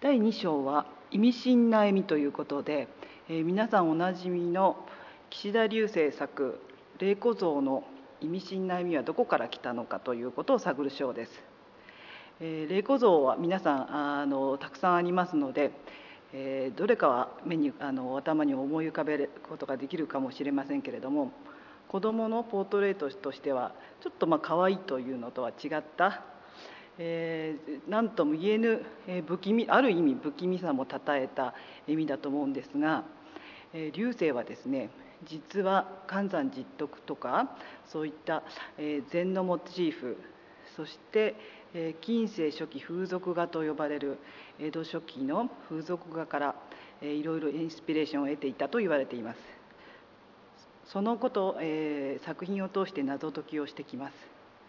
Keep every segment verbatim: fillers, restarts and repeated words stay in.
だいに章は意味深な笑みということで、えー、皆さんおなじみの岸田流星作「麗子像」の意味深な笑みはどこから来たのかということを探る章です。えー、麗子像は皆さんあのたくさんありますので、えー、どれかは目にあの頭に思い浮かべることができるかもしれませんけれども、子どものポートレートとしてはちょっとまあ可愛いというのとは違った、えー、何とも言えぬ、えー、不気味ある意味不気味さもたたえた笑みだと思うんですが、えー、流星はですね、実は寒山拾得とかそういった、えー、禅のモチーフ、そして、えー、近世初期風俗画と呼ばれる江戸初期の風俗画から、えー、いろいろインスピレーションを得ていたと言われています。そのこと、えー、作品を通して謎解きをしてきます。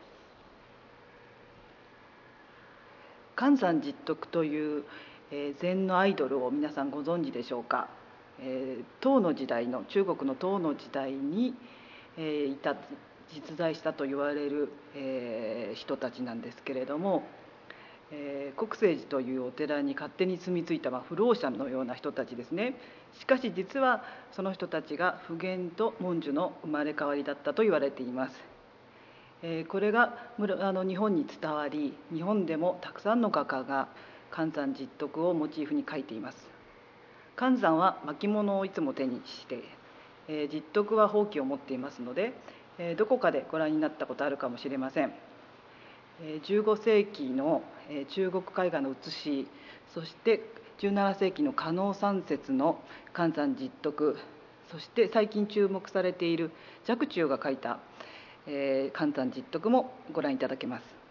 寒山拾得という、えー、禅のアイドルを皆さんご存知でしょうか。えー、唐の時代の中国の唐の時代に、えー、いた実在したと言われる、えー、人たちなんですけれども、えー、国清寺というお寺に勝手に住み着いた、まあ、不老者のような人たちですね。しかし実はその人たちが普賢と文殊の生まれ変わりだったと言われています。えー、これがあの日本に伝わり、日本でもたくさんの画家が寒山拾得をモチーフに描いています。寒山は巻物をいつも手にして、えー、拾得はほうきを持っていますので、えー、どこかでご覧になったことあるかもしれません。じゅうご世紀の中国絵画の写し、そしてじゅうなな世紀の狩野三節の寒山拾得、そして最近注目されている若冲が描いた寒山拾得もご覧いただけます。